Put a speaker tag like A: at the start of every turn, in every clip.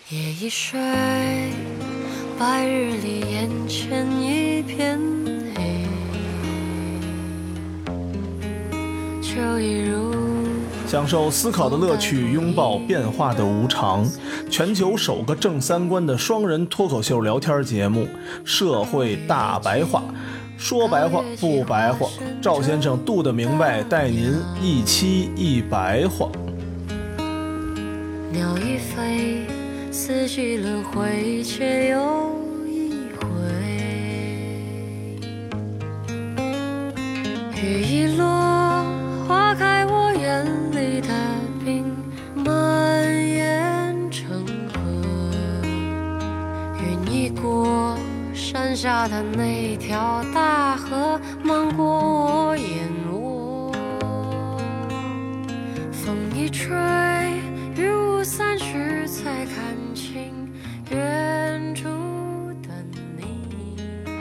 A: 夜已睡，白日里眼前一片黑，秋意如
B: 享受思考的乐趣，拥抱变化的无常。全球首个正三观的双人脱口秀聊天节目《社会大白话》，说白话不白话，赵先生度得明白，带您一期一白话。
A: 鸟已飞，四季轮回，却又一回。雨一落，花开我眼里的冰蔓延成河。云一过，山下的那条大河漫过我眼窝。风一吹，雨雾散去，才看清远处的你。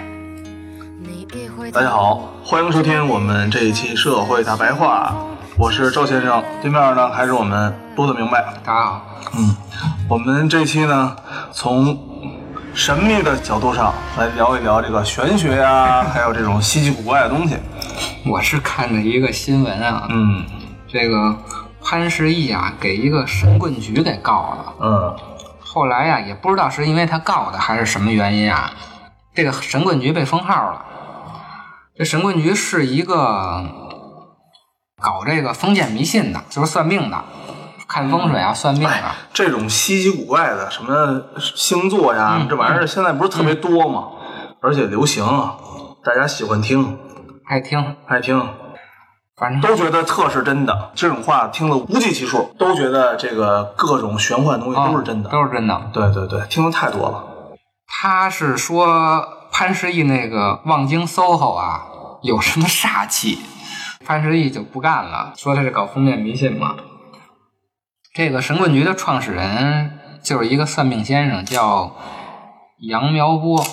B: 大家好，欢迎收听我们这一期社会大白话，我是赵先生，对面呢还是我们多的明白。
C: 大家好。
B: 我们这期呢从神秘的角度上来聊一聊这个玄学呀，还有这种稀奇古怪的东西。
C: 我是看了一个新闻啊，这个潘石屹啊给一个神棍局给告了。后来呀也不知道是因为他告的还是什么原因啊，这个神棍局被封号了。这神棍局是一个搞这个封建迷信的，就是算命的，看风水啊，算命的。
B: 这种稀奇古怪的什么星座呀，这玩意儿现在不是特别多吗？而且流行啊，大家喜欢听，
C: 爱听，反正
B: 都觉得特是真的。这种话听了无计其数，都觉得这个各种玄幻的东西都是真的，
C: 都是真的。
B: 对对对，听的太多了。
C: 他是说潘石屹那个望京 SOHO 啊有什么煞气，潘石屹就不干了，说他是搞封建迷信嘛。这个神棍局的创始人就是一个算命先生，叫杨苗波，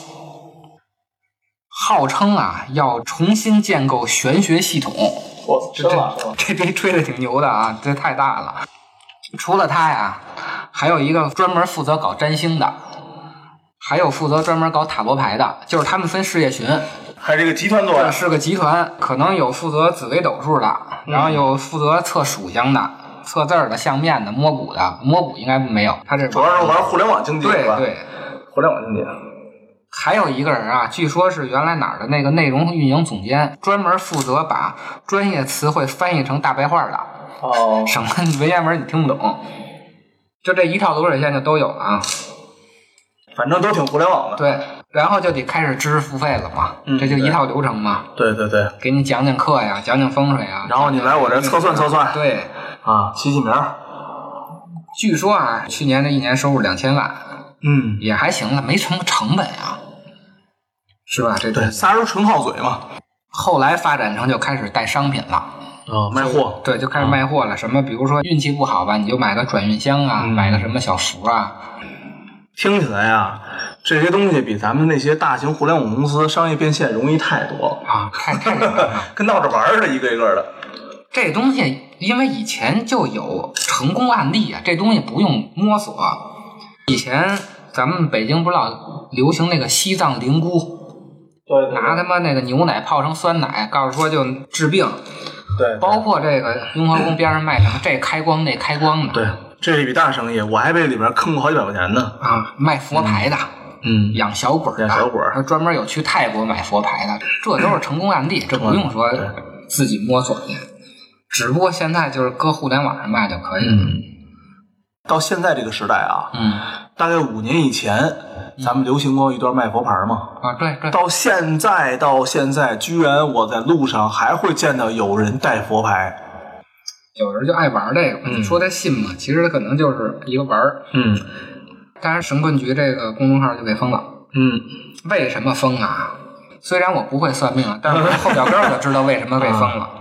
C: 号称啊要重新建构玄学系统。这逼吹的挺牛的啊，这太大了。除了他呀，还有一个专门负责搞占星的，还有负责专门搞塔罗牌的，就是他们分事业群。
B: 还是一个集团做的，
C: 是个集团，可能有负责紫微斗数的，然后有负责测属相的，测字儿的、相面的、摸骨的。摸骨应该没有，他这
B: 主要是玩互联网经济。
C: 对对，
B: 互联网经济。
C: 还有一个人啊，据说是原来哪儿的那个内容运营总监，专门负责把专业词汇翻译成大白话的。省得文言文你听不懂。就这一套流水线就都有了啊。
B: 反正都挺互联网的。
C: 对，然后就得开始知识付费了嘛，这就一套流程嘛。
B: 对对对，
C: 给你讲讲课呀，讲讲风水啊，
B: 然后你来我这测算测算。
C: 对
B: 啊，起名。
C: 据说啊，去年的一年收入2000万，也还行了，没什么成本啊，是吧？这
B: 对，仨人纯靠嘴嘛。
C: 后来发展成就开始带商品了。
B: 卖货。
C: 对，就开始卖货了。什么比如说运气不好吧，你就买个转运箱啊，买个什么小符啊。
B: 听起来啊，这些东西比咱们那些大型互联网公司商业变现容易太多了
C: 啊，太了
B: 跟闹着玩似的，一个一个的。
C: 这东西因为以前就有成功案例啊，这东西不用摸索。以前咱们北京不是老流行那个西藏灵菇，
B: 对，
C: 拿他妈那个牛奶泡成酸奶，告诉说就治病。
B: 对，
C: 包括这个雍和宫边上卖什么这开光那开光的。
B: 对，这是一笔大生意，我还被里边坑过好几百块钱呢。
C: 啊，卖佛牌的，养小鬼的，他专门有去泰国买佛牌的，这都是成功案例，这不用说自己摸索去。只不过现在就是搁互联网上卖就可以了。
B: 到现在这个时代啊，大概5年以前，咱们流行过一段卖佛牌嘛。
C: 啊，对对。
B: 到现在，居然我在路上还会见到有人带佛牌。
C: 有人就爱玩这个，你说他信吗？其实他可能就是一个玩儿。当然神棍局这个公众号就被封了。为什么封啊？虽然我不会算命啊，但是后脚跟我就知道为什么被封了。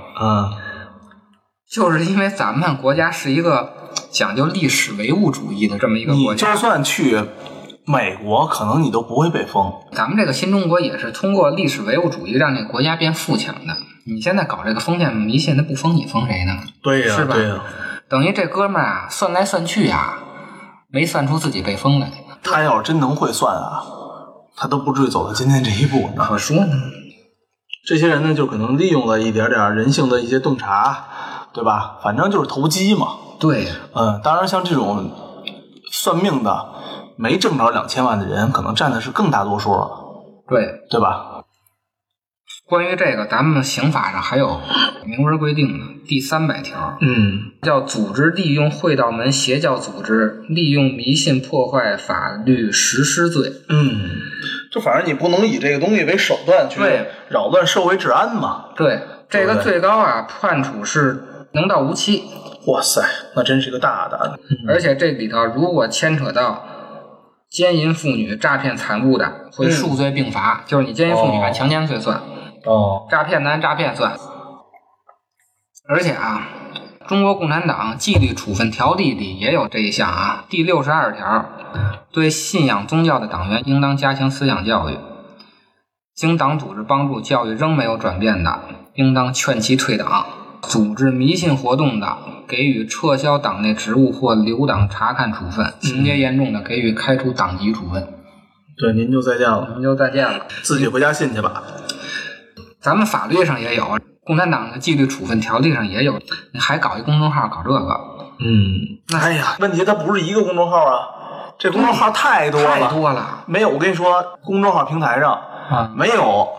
C: 就是因为咱们国家是一个讲究历史唯物主义的这么一个国家。
B: 你就算去美国，可能你都不会被封。
C: 咱们这个新中国也是通过历史唯物主义让这个国家变富强的。你现在搞这个封建迷信，他不封你封谁呢？
B: 对呀，
C: 是吧？
B: 对呀。
C: 等于这哥们儿啊，算来算去啊， 没算出自己被封来。
B: 他要是真能会算啊，他都不至于走到今天这一步呢。
C: 可说呢，
B: 这些人呢，就可能利用了一点点人性的一些洞察，对吧？反正就是投机嘛。
C: 对，
B: 当然像这种算命的没挣着2000万的人，可能占的是更大多数了。对吧？
C: 关于这个，咱们刑法上还有明文规定的第300条，叫组织利用会道门邪教组织，利用迷信破坏法律实施罪。
B: 就反正你不能以这个东西为手段去扰乱社会治安嘛。
C: 对，这个最高啊，判处是能到无期。
B: 哇塞，那真是个大的。
C: 而且这里头如果牵扯到奸淫妇女、诈骗财物的，会数罪并罚。就是你奸淫妇女啊，强奸罪算，诈骗男诈骗算。而且啊，中国共产党纪律处分条例里也有这一项啊，第62条，对信仰宗教的党员应当加强思想教育，经党组织帮助教育仍没有转变的，应当劝其退党。组织迷信活动的，给予撤销党内职务或留党察看处分，情节严重的给予开除党籍处分。
B: 对，您就再见了。自己回家信去吧。
C: 咱们法律上也有，共产党的纪律处分条例上也有，你还搞一公众号搞这个。
B: 哎呀，问题它不是一个公众号啊，这公众号太多了。没有，我跟你说，公众号平台上没有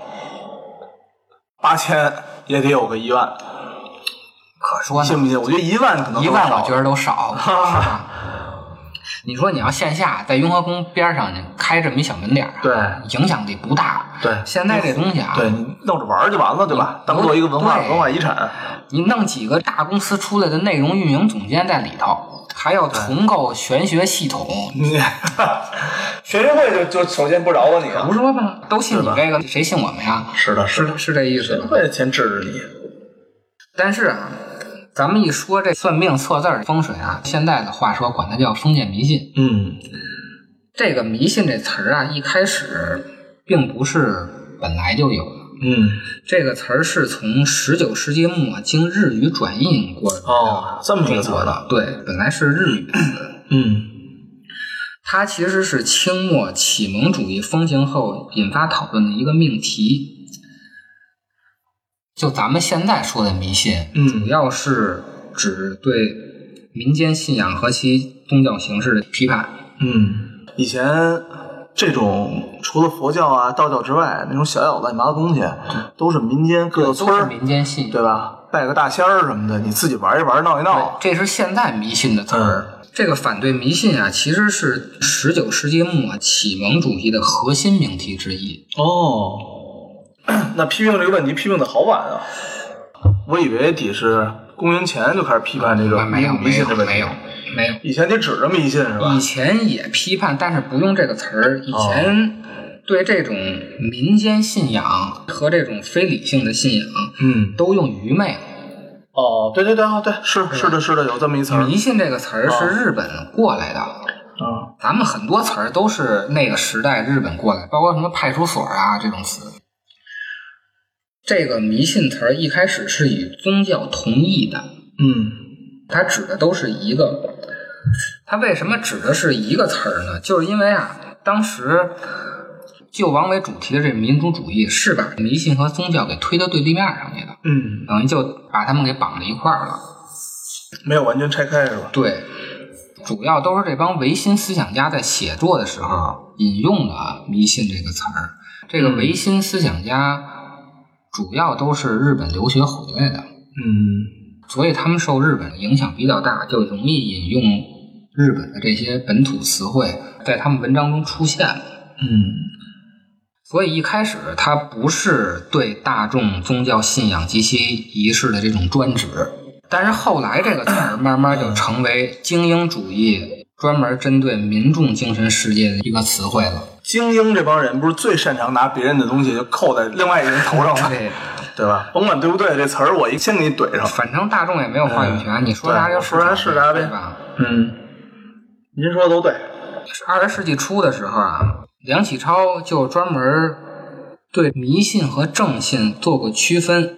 B: 8000也得有个1万。
C: 可说呢，
B: 信不信？我觉得1万可能
C: 1万，我觉得都少，是吧？你说你要线下在雍和宫边上开这么一小门脸，
B: 对，
C: 影响力不大。
B: 对，
C: 现在这东西啊，
B: 对，你弄着玩就完了，对吧？当做一个文化遗产。
C: 你弄几个大公司出来的内容运营总监在里头，还要重构玄学系统。
B: 学生会就首先不饶了你，
C: 不说吧，都信你这个，谁信我们呀？
B: 是的，
C: 是这意思。
B: 学生会先治治你。
C: 但是啊，咱们一说这算命测字儿风水啊，现在的话说管它叫封建迷信。这个迷信这词儿啊，一开始并不是本来就有的。这个词儿是从19世纪末经日语转印过的。
B: 这么一个词的。
C: 对，本来是日语词。它其实是清末启蒙主义风行后引发讨论的一个命题。就咱们现在说的迷信，主要是指对民间信仰和其宗教形式的批判。
B: 以前这种除了佛教啊、道教之外，那种小小乱七八糟东西，都是民间各个村儿
C: 民间信仰，
B: 对吧？拜个大仙儿什么的，你自己玩一玩、闹一闹。
C: 这是现在迷信的词儿。这个反对迷信啊，其实是19世纪末启蒙主义的核心命题之一。
B: 那批评这个问题批评的好晚啊！我以为得是公元前就开始批判这个迷信的问题。
C: 没有，
B: 以前得指着迷信是吧？
C: 以前也批判，但是不用这个词儿。以前对这种民间信仰和这种非理性的信仰，都用愚昧。
B: 对，是的，有这么一词儿。
C: 迷信这个词儿是日本过来的。咱们很多词儿都是那个时代日本过来，包括什么派出所啊这种词。这个迷信词儿一开始是与宗教同义的。它指的都是一个。它为什么指的是一个词儿呢？就是因为啊，当时救亡为主题的这民族主义是把迷信和宗教给推到对立面上去的。等于就把他们给绑在一块儿了，
B: 没有完全拆开是吧？
C: 对，主要都是这帮唯心思想家在写作的时候引用的迷信这个词儿。这个唯心思想家主要都是日本留学回来的。所以他们受日本影响比较大，就容易引用日本的这些本土词汇在他们文章中出现。所以一开始它不是对大众宗教信仰及其仪式的这种专指，但是后来这个词儿慢慢就成为精英主义专门针对民众精神世界的一个词汇了。
B: 精英这帮人不是最擅长拿别人的东西就扣在另外一个人头上吗？对吧？甭管对不对，这词儿我先给你怼上。
C: 反正大众也没有话语权，你说啥就
B: 说啥是啥呗，
C: 吧？
B: 您说的都对。
C: 20世纪初的时候啊，梁启超就专门对迷信和正信做过区分。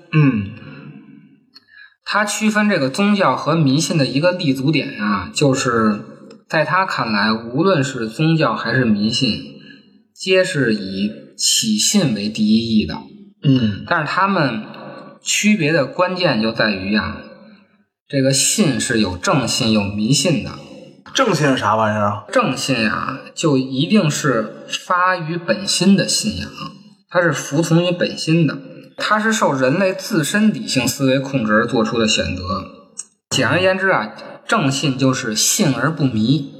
C: 他区分这个宗教和迷信的一个立足点啊，就是在他看来，无论是宗教还是迷信，皆是以起信为第一义的。但是他们区别的关键就在于这个信是有正信有迷信的。
B: 正信是啥玩意儿啊？
C: 正信就一定是发于本心的信仰，它是服从于本心的，它是受人类自身理性思维控制而做出的选择。简而言之正信就是信而不迷。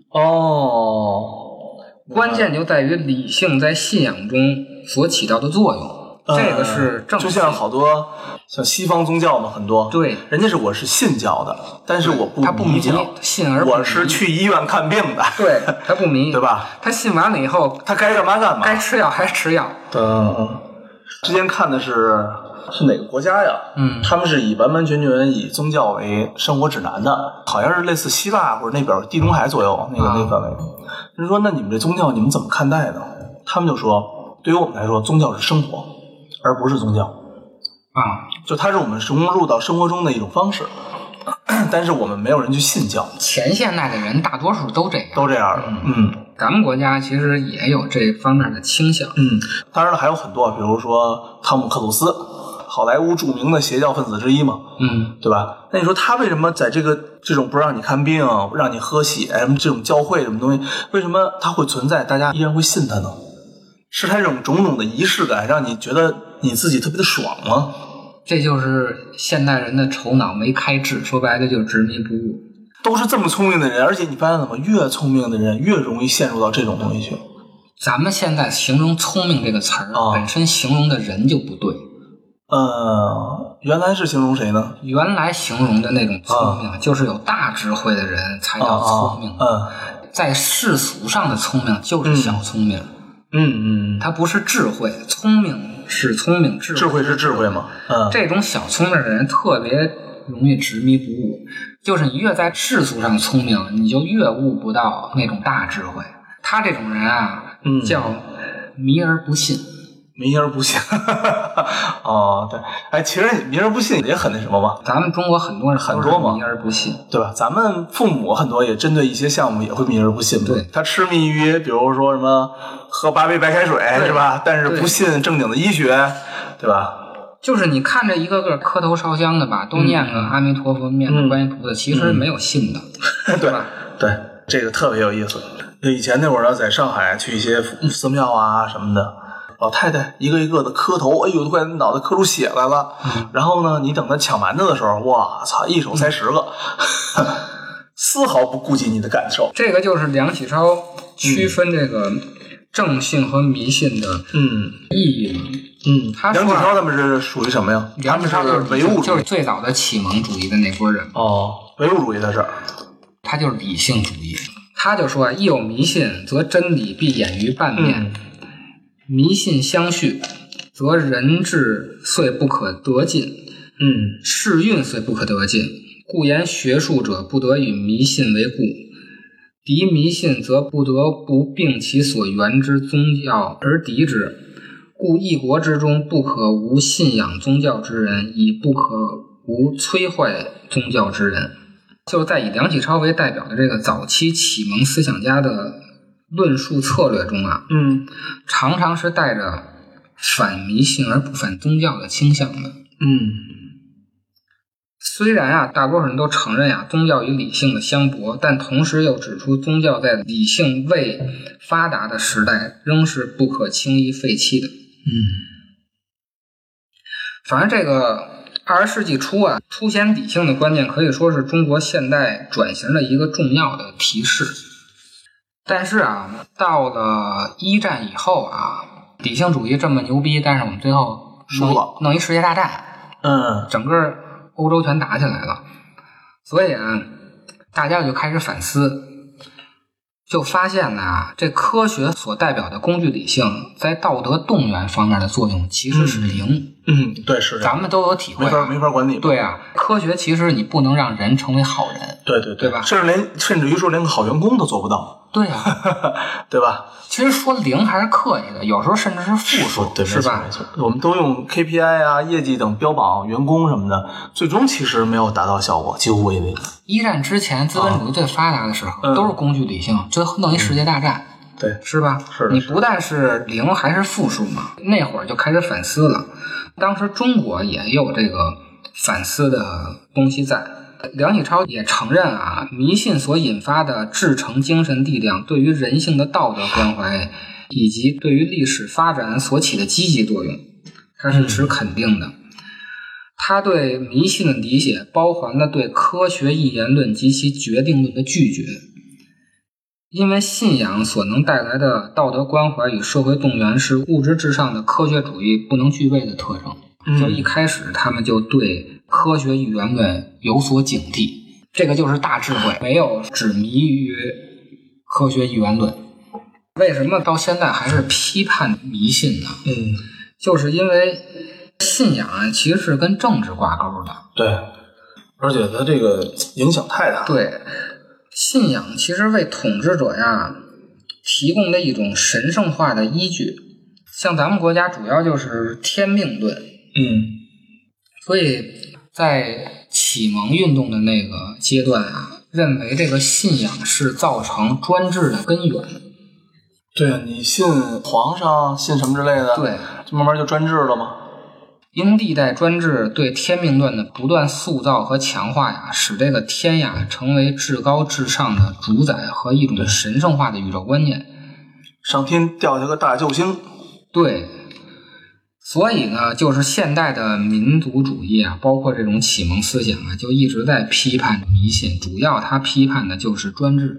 C: 关键就在于理性在信仰中所起到的作用。这个是正信。
B: 就像好多像西方宗教嘛，很多
C: 对，
B: 人家是我是信教的，但是我
C: 他不迷
B: 教，
C: 信而不迷，
B: 我是去医院看病的，
C: 对，他不迷，
B: 对吧？
C: 他信完了以后，
B: 他该干嘛干嘛，
C: 该吃药还吃药。
B: 之前看的是哪个国家呀？他们是完完全全以宗教为生活指南的，好像是类似希腊或者那边地中海左右那个范围。人说那你们这宗教你们怎么看待呢？他们就说，对于我们来说，宗教是生活，而不是宗教就它是我们融入到生活中的一种方式，但是我们没有人去信教。
C: 前现代的人大多数都这样
B: 的。
C: 咱们国家其实也有这方面的倾向。
B: 当然了，还有很多，比如说汤姆克鲁斯，好莱坞著名的邪教分子之一嘛，对吧？那你说他为什么在这种不让你看病、让你喝血什么这种教会什么东西，为什么他会存在，大家依然会信他呢？是他这种种种的仪式感让你觉得你自己特别的爽吗？
C: 这就是现代人的头脑没开智，说白了就是执迷不悟。
B: 都是这么聪明的人，而且你发现了吗？越聪明的人越容易陷入到这种东西去。
C: 咱们现在形容聪明这个词儿本身形容的人就不对。
B: 原来是形容谁呢？
C: 原来形容的那种聪明就是有大智慧的人才叫聪明。在世俗上的聪明就是小聪明。它不是智慧，聪明是聪明，智慧
B: 是智慧嘛。
C: 这种小聪明的人特别容易执迷不悟，就是你越在世俗上聪明，你就越悟不到那种大智慧。他这种人叫迷而不信。
B: 迷而不信对，其实迷而不信也很那什么嘛。
C: 咱们中国很多人很多嘛，迷而不信，
B: 对吧？咱们父母很多也针对一些项目也会迷而不信。
C: 对，
B: 他痴迷于比如说什么喝8杯白开水是吧？但是不信正经的医学，对吧？
C: 就是你看着一个个磕头烧香的吧，都念个阿弥陀佛，念个观音菩萨，其实没有信的，对吧？
B: 对，这个特别有意思。以前那会儿呢，在上海去一些寺庙什么的，老太太一个一个的磕头，哎呦，都快脑袋磕出血来了。然后呢，你等他抢馒头的时候，哇操，一手塞10个，丝毫不顾及你的感受。
C: 这个就是梁启超区分这个正信和迷信的意义嘛。
B: 梁启超他们是属于什么呀？
C: 梁启超就是唯物主义，就是最早的启蒙主义的那波人。
B: 唯物主义的是，
C: 他就是理性主义。他就说一有迷信，则真理必掩于半面。迷信相续，则人智遂不可得进，世运遂不可得进。故言学术者不得与迷信为故，敌迷信则不得不并其所源之宗教而敌之。故一国之中不可无信仰宗教之人，亦不可无摧坏宗教之人。就是在以梁启超为代表的这个早期启蒙思想家的论述策略中常常是带着反迷信而不反宗教的倾向的。虽然大多数人都承认宗教与理性的相搏，但同时又指出宗教在理性未发达的时代仍是不可轻易废弃的。反正这个20世纪初凸显理性的观念可以说是中国现代转型的一个重要的提示。但是到了一战以后理性主义这么牛逼，但是我们最后
B: 输了，
C: 弄一世界大战，整个欧洲全打起来了。所以大家就开始反思，就发现这科学所代表的工具理性在道德动员方面的作用其实是零。
B: 对，是
C: 咱们都有体会，
B: 没法管理。
C: 对科学其实你不能让人成为好人。
B: 对
C: 吧？
B: 甚至于说连个好员工都做不到。
C: 对啊
B: 对吧？
C: 其实说零还是客气的，有时候甚至是负数，
B: 对，
C: 是吧？
B: 没错，我们都用 KPI 啊、业绩等标榜员工什么的，最终其实没有达到效果，几乎为零。
C: 一战之前，资本主义最发达的时候，都是工具理性，最后弄一世界大战。
B: 对，
C: 是吧？
B: 是的。
C: 你不但是零还是负数嘛，那会儿就开始反思了。当时中国也有这个反思的东西在。梁启超也承认啊，迷信所引发的至诚精神力量对于人性的道德关怀以及对于历史发展所起的积极作用，他是持肯定的。他对迷信的理解包含了对科学一元论及其决定论的拒绝。因为信仰所能带来的道德关怀与社会动员是物质至上的科学主义不能具备的特征。就一开始他们就对科学一元论有所警惕，这个就是大智慧，没有只迷于科学一元论。为什么到现在还是批判迷信呢？就是因为信仰啊其实是跟政治挂钩的。
B: 对，而且它这个影响太大。
C: 对，信仰其实为统治者呀提供了一种神圣化的依据。像咱们国家主要就是天命论。所以在启蒙运动的那个阶段啊，认为这个信仰是造成专制的根源。
B: 对啊，你信皇上信什么之类的，
C: 对，
B: 就慢慢就专制了吗？
C: 英帝代专制对天命论的不断塑造和强化呀，使这个天呀成为至高至上的主宰和一种神圣化的宇宙观念。
B: 上天掉下个大救星。
C: 对，所以呢，就是现代的民族主义啊，包括这种启蒙思想啊，就一直在批判迷信，主要他批判的就是专制。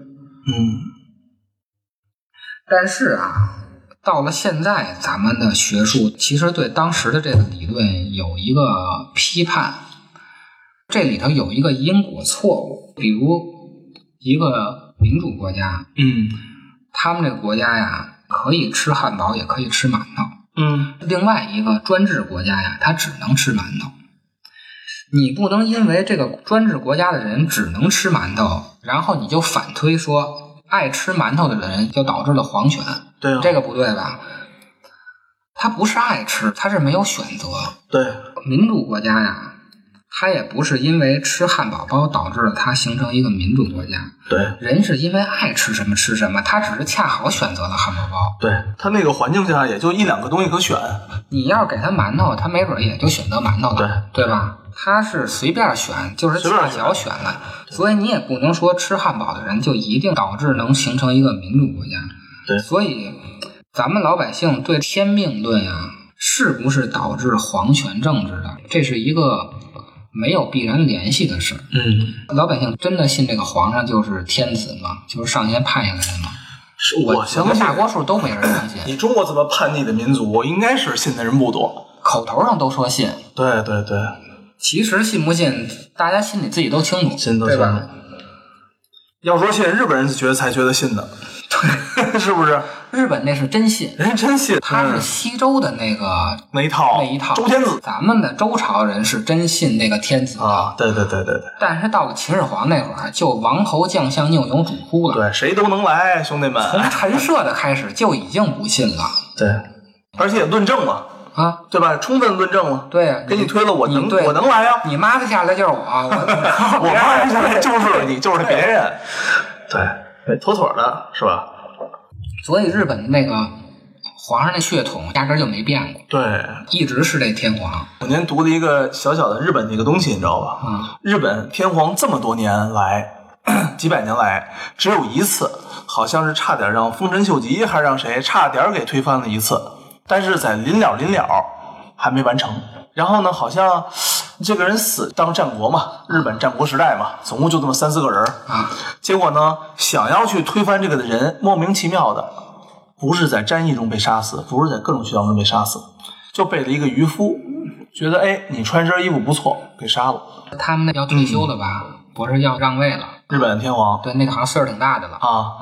C: 但是啊，到了现在，咱们的学术其实对当时的这个理论有一个批判，这里头有一个因果错误。比如一个民主国家，他们这个国家呀，可以吃汉堡，也可以吃馒头。另外一个专制国家呀，它只能吃馒头。你不能因为这个专制国家的人只能吃馒头，然后你就反推说爱吃馒头的人就导致了皇权。
B: 对啊，
C: 这个不对吧？他不是爱吃，他是没有选择。
B: 对，
C: 民主国家呀，他也不是因为吃汉堡包导致了他形成一个民主国家。
B: 对，
C: 人是因为爱吃什么吃什么，他只是恰好选择了汉堡包。
B: 对，他那个环境下也就一两个东西可选。
C: 你要给他馒头，他没准也就选择馒头了，对吧？他是随便选，就是恰巧选了。所以你也不能说吃汉堡的人就一定导致能形成一个民主国家。
B: 对，
C: 所以咱们老百姓对天命论啊，是不是导致皇权政治的，这是一个没有必然联系的事儿。老百姓真的信这个皇上就是天子吗？就是上天派下来的吗？
B: 是我相信
C: 大多数都没人相信。
B: 你中国这么叛逆的民族，应该是信的人不多，
C: 口头上都说信。
B: 对对对，
C: 其实信不信，大家心里自己都清楚，对吧？
B: 要说信，日本人才觉得信的，对，是不是？
C: 日本那是真信，
B: 人真信，
C: 他是西周的那一套
B: 周天子。
C: 咱们的周朝人是真信那个天子
B: 啊，对对对对对。
C: 但是到了秦始皇那会儿，就王侯将相宁有主乎了，
B: 对，谁都能来，兄弟们。
C: 从陈设的开始就已经不信了，
B: 对，而且论证了。对吧？充分论证了。
C: 对，
B: 给你推了，我能来呀。
C: 你妈的下来就是我，
B: 我妈的下来就是你，就是别人。对，妥妥的是吧？
C: 所以日本那个皇上那血统压根就没变过，
B: 对，
C: 一直是这天皇。
B: 我今天读了一个小小的日本的一个东西，你知道吧？日本天皇这么多年来，几百年来，只有一次，好像是差点让丰臣秀吉还是让谁差点给推翻了一次。但是在临了还没完成。然后呢，好像这个人死当战国嘛，日本战国时代嘛，总共就这么3-4个人啊。结果呢，想要去推翻这个的人，莫名其妙的，不是在战役中被杀死，不是在各种渠道中被杀死，就被了一个渔夫觉得，你穿身衣服不错，给杀了。他们那要退休了吧？不是要让位了？日本天皇对，那个好像岁数挺大的了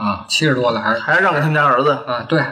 B: 70多了，还是让给他们家儿子对，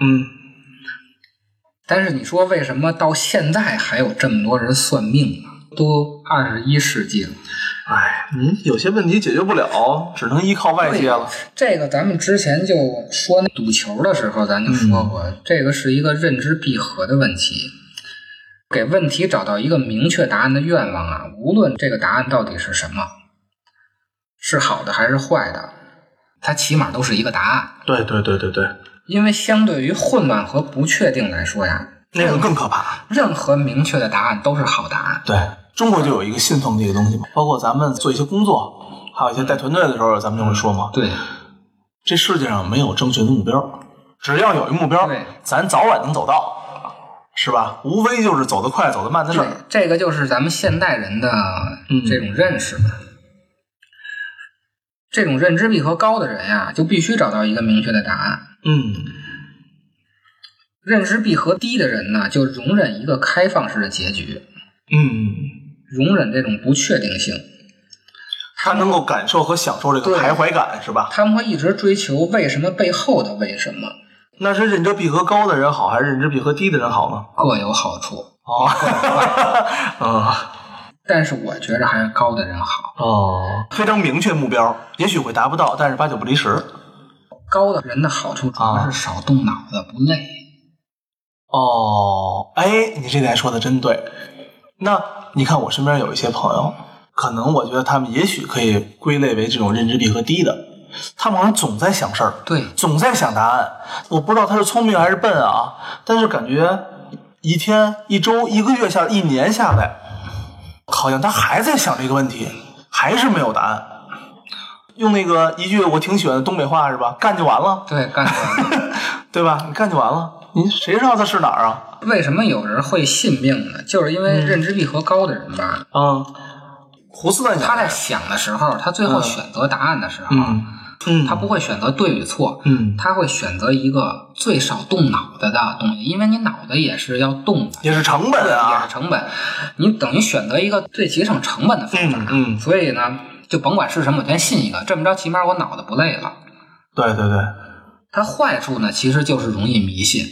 B: 但是你说为什么到现在还有这么多人算命呢？都21世纪了， 你有些问题解决不了，只能依靠外界了。
C: 这个咱们之前就说那赌球的时候，咱就说过，这个是一个认知闭合的问题。给问题找到一个明确答案的愿望啊，无论这个答案到底是什么，是好的还是坏的，它起码都是一个答案。
B: 对。
C: 因为相对于混乱和不确定来说呀，
B: 那个更可怕。
C: 任何明确的答案都是好答案。
B: 对，中国就有一个信奉这个东西嘛，包括咱们做一些工作，还有一些带团队的时候，咱们就会说嘛。
C: 对，
B: 这世界上没有正确的目标，只要有一目标，咱早晚能走到。是吧？无非就是走得快走得慢的事儿。
C: 这个就是咱们现代人的这种认识。这种认知闭合高的人呀，就必须找到一个明确的答案。认知闭合低的人呢，就容忍一个开放式的结局。容忍这种不确定性。
B: 他能够感受和享受这个徘徊感，是吧？
C: 他们会一直追求为什么背后的为什么。
B: 那是认知闭合高的人好，还是认知闭合低的人好呢？
C: 各有好处但是我觉着还是高的人好。
B: 非常明确目标，也许会达不到，但是8九不离10。
C: 高的人的好处主要是少动脑子，不累。
B: 你这点说的真对。那你看我身边有一些朋友，可能我觉得他们也许可以归类为这种认知闭合低的。他们好像总在想事儿，
C: 对，
B: 总在想答案。我不知道他是聪明还是笨啊，但是感觉一天、一周、一个月下来，1年下来，好像他还在想这个问题，还是没有答案。用那个一句我挺喜欢的东北话是吧？干就完了。
C: 对，干就完了，
B: 对吧？你干就完了，你谁知道他是哪儿啊？
C: 为什么有人会信命呢？就是因为认知闭合高的人吧，
B: 胡思乱想。
C: 他在想的时候，他最后选择答案的时候，他不会选择对与错，他会选择一个最少动脑子的东西，因为你脑子也是要动的，
B: 也是成本啊，
C: 也是成本，你等于选择一个最节省成本的方法，所以呢，就甭管是什么，我先信一个，这么着起码我脑子不累了。
B: 对。
C: 它坏处呢，其实就是容易迷信，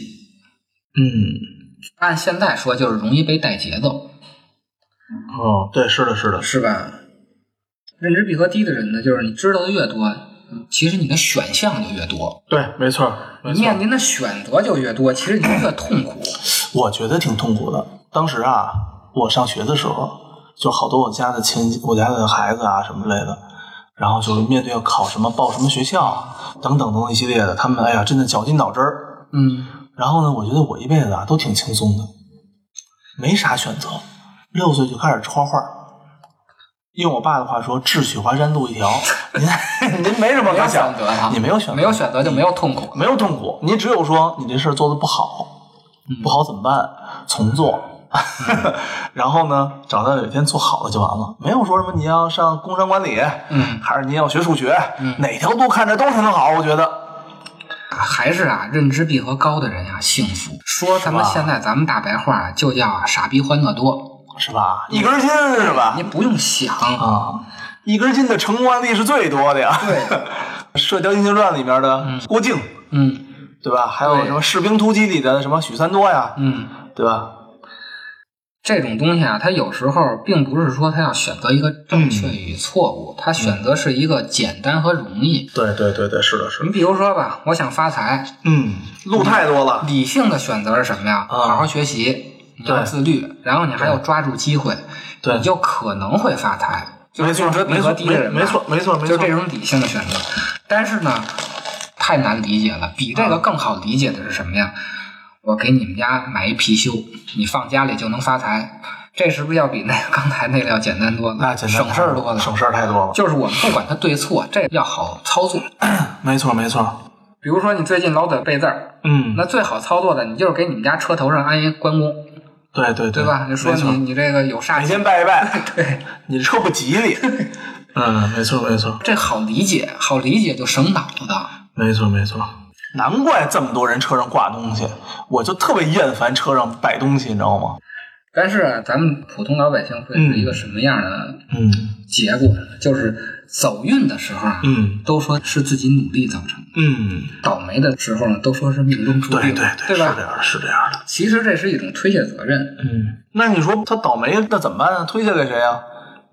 C: 按现在说就是容易被带节奏。
B: 对，是的，
C: 是吧？认知闭合低的人呢，就是你知道的越多，其实你的选项就越多。
B: 对，没错。
C: 你面临的选择就越多，其实你就越痛苦。
B: 我觉得挺痛苦的。当时啊，我上学的时候，就好多我家的亲戚、我家的孩子啊什么之类的，然后就是面对要考什么、报什么学校等等一系列的，他们真的绞尽脑汁儿。然后呢，我觉得我一辈子啊都挺轻松的，没啥选择。6岁就开始画画，用我爸的话说，智取华山路一条。您没什么可想
C: 的，
B: 你没有选择，
C: 没有选择就没有痛苦，
B: 没有痛苦，你只有说你这事儿做得不好，不好怎么办？重做。然后呢，找到有一天做好了就完了，没有说什么你要上工商管理，还是你要学数学，哪条路看着都挺好，我觉得。
C: 还是认知闭合高的人幸福。说咱们现在咱们大白话就叫傻逼欢乐多。
B: 是吧？一根筋是吧？
C: 你不用想
B: 一根筋的成功案例是最多的呀。
C: 对，
B: 《射雕英雄传》里面的郭靖，对吧？还有什么《士兵突击》里的什么许三多呀，对吧？
C: 这种东西它有时候并不是说它要选择一个正确与错误，它选择是一个简单和容易。
B: 对，是的。
C: 你比如说吧，我想发财，
B: 路太多了。
C: 理性的选择是什么呀？好好学习。你要自律，然后你还要抓住机会，你就可能会发财。就是认知闭合低的人，
B: 没错，
C: 就这种理性的选择。但是呢，太难理解了。比这个更好理解的是什么呀？我给你们家买一貔貅，你放家里就能发财。这是不是要比刚才那个要简单多了？
B: 那
C: 省事儿多了，
B: 省事儿太多了。
C: 就是我们不管它对错，这要好操作。
B: 没错。
C: 比如说你最近老得背字儿，那最好操作的，你就是给你们家车头上安一关公。对吧？你说你这个有煞气，
B: 每天拜一拜。
C: 对，
B: 你车不吉利。没错。
C: 这好理解就省脑子。
B: 没错。难怪这么多人车上挂东西，我就特别厌烦车上摆东西，你知道吗？
C: 但是咱们普通老百姓会是一个什么样的结果呢？就是走运的时候都说是自己努力造成的，倒霉的时候呢，都说是命中注定，对吧？
B: 是这样的。
C: 其实这是一种推卸责任。
B: 那你说他倒霉，那怎么办呢？推卸给谁啊？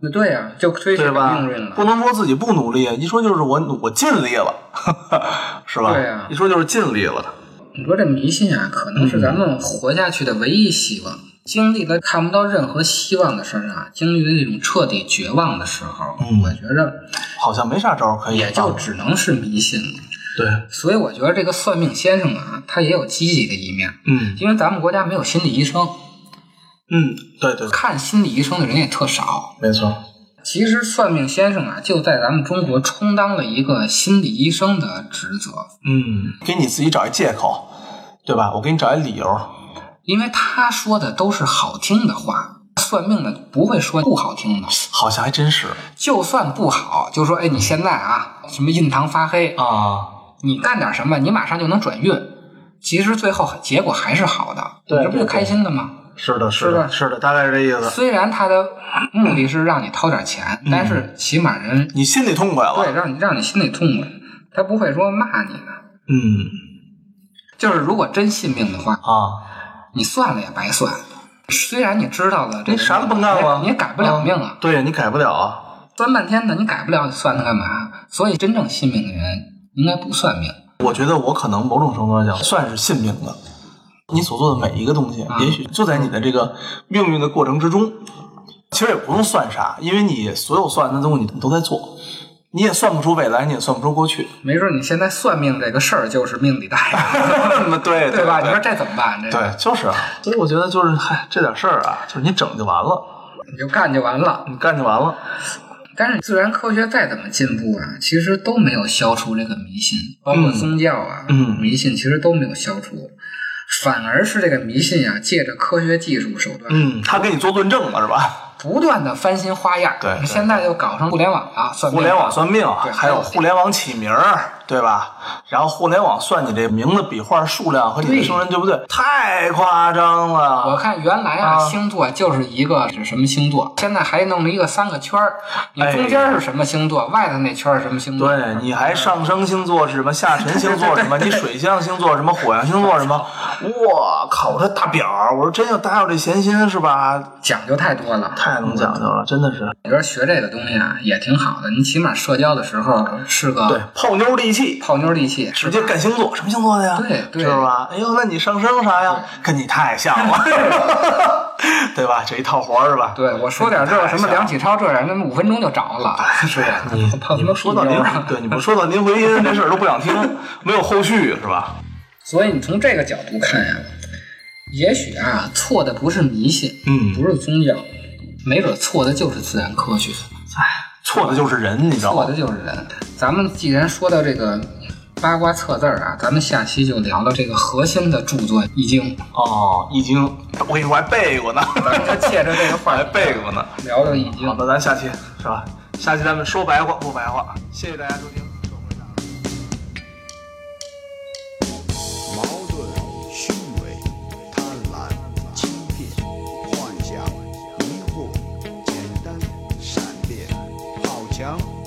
C: 那对呀，就推卸命运了。
B: 不能说自己不努力，一说就是我尽力了，是吧？
C: 对呀，
B: 一说就是尽力了。
C: 你说这迷信啊，可能是咱们活下去的唯一希望。经历了看不到任何希望的事儿啊，经历了这种彻底绝望的时候，我觉着
B: 好像没啥招可以，
C: 也就只能是迷信了。
B: 对，
C: 所以我觉得这个算命先生啊，他也有积极的一面。因为咱们国家没有心理医生。
B: 对，
C: 看心理医生的人也特少。
B: 没错。
C: 其实算命先生啊，就在咱们中国充当了一个心理医生的职责。
B: 给你自己找一借口，对吧？我给你找一理由。
C: 因为他说的都是好听的话，算命的不会说不好听的。
B: 好像还真是。
C: 就算不好，就说你现在啊，什么印堂发黑
B: 啊，
C: 你干点什么，你马上就能转运。其实最后结果还是好的，你这不就开心了吗？
B: 是的，大概是这意思。
C: 虽然他的目的是让你掏点钱，但是起码
B: 你心里痛快了。
C: 对，让你心里痛快，他不会说骂你的。就是如果真信命的话
B: 啊，
C: 你算了也白算。虽然你知道了，
B: 你啥都甭干了，
C: 你也改不了命啊。
B: 对，你改不了啊。
C: 算半天的，你改不了，算它干嘛？所以真正信命的人应该不算命。
B: 我觉得我可能某种程度上讲算是信命的。你所做的每一个东西，也许就在你的这个命运的过程之中。其实也不用算啥，因为你所有算的东西你都在做，你也算不出未来，你也算不出过去。
C: 没准你现在算命这个事儿就是命里带的。
B: 对
C: 吧？你说这怎么办？
B: 对，就是啊。所以我觉得就是这点事儿啊，就是你整就完了，
C: 你就干就完了。但是自然科学再怎么进步啊，其实都没有消除这个迷信，包括宗教啊，迷信其实都没有消除。反而是这个迷信啊，借着科学技术手段，
B: 他给你做论证了，是吧？
C: 不断的翻新花样。
B: 对，
C: 现在又搞上互联网了，
B: 互联网算命，还有互联网起名，对吧？然后互联网算你这名字笔画数量和你的生人，对不对？太夸张了！
C: 我看原来星座就是一个是什么星座，现在还弄了一个3个圈儿，你中间是什么星座，外头那圈是什么星座？
B: 对，你还上升星座是什么，下沉星座什么，你水象星座什么，火象星座什么？我靠，这大表，我说真有大有这闲心是吧？
C: 讲究太多了，
B: 太能讲究了，真的是。
C: 我觉得学这个东西啊也挺好的，你起码社交的时候是个
B: 对泡妞利器，直接干星座，什么星座的呀？
C: 对，
B: 是吧？哎呦，那你上升啥呀？跟你太像了，对吧？这一套活是吧？
C: 对，我说点这什么梁启超这人，那5分钟就找了，是吧？
B: 你们说到你们说到林徽因这事儿都不想听，没有后续是吧？
C: 所以你从这个角度看呀，也许啊错的不是迷信，不是宗教，没准错的就是自然科学。
B: 错的就是人，你知道吗？
C: 错的就是人。咱们既然说到这个八卦测字啊，咱们下期就聊聊这个核心的著作《易经》。
B: 易经，我跟你说还背过呢，
C: 咱们就借着这个话
B: 还背过呢，
C: 聊聊《易经》。
B: 好，那咱下期是吧？下期咱们说白话不白话。谢谢大家收听。
D: 矛盾、虚伪、贪婪、欺骗、幻想、迷惑、简单、善变、好强。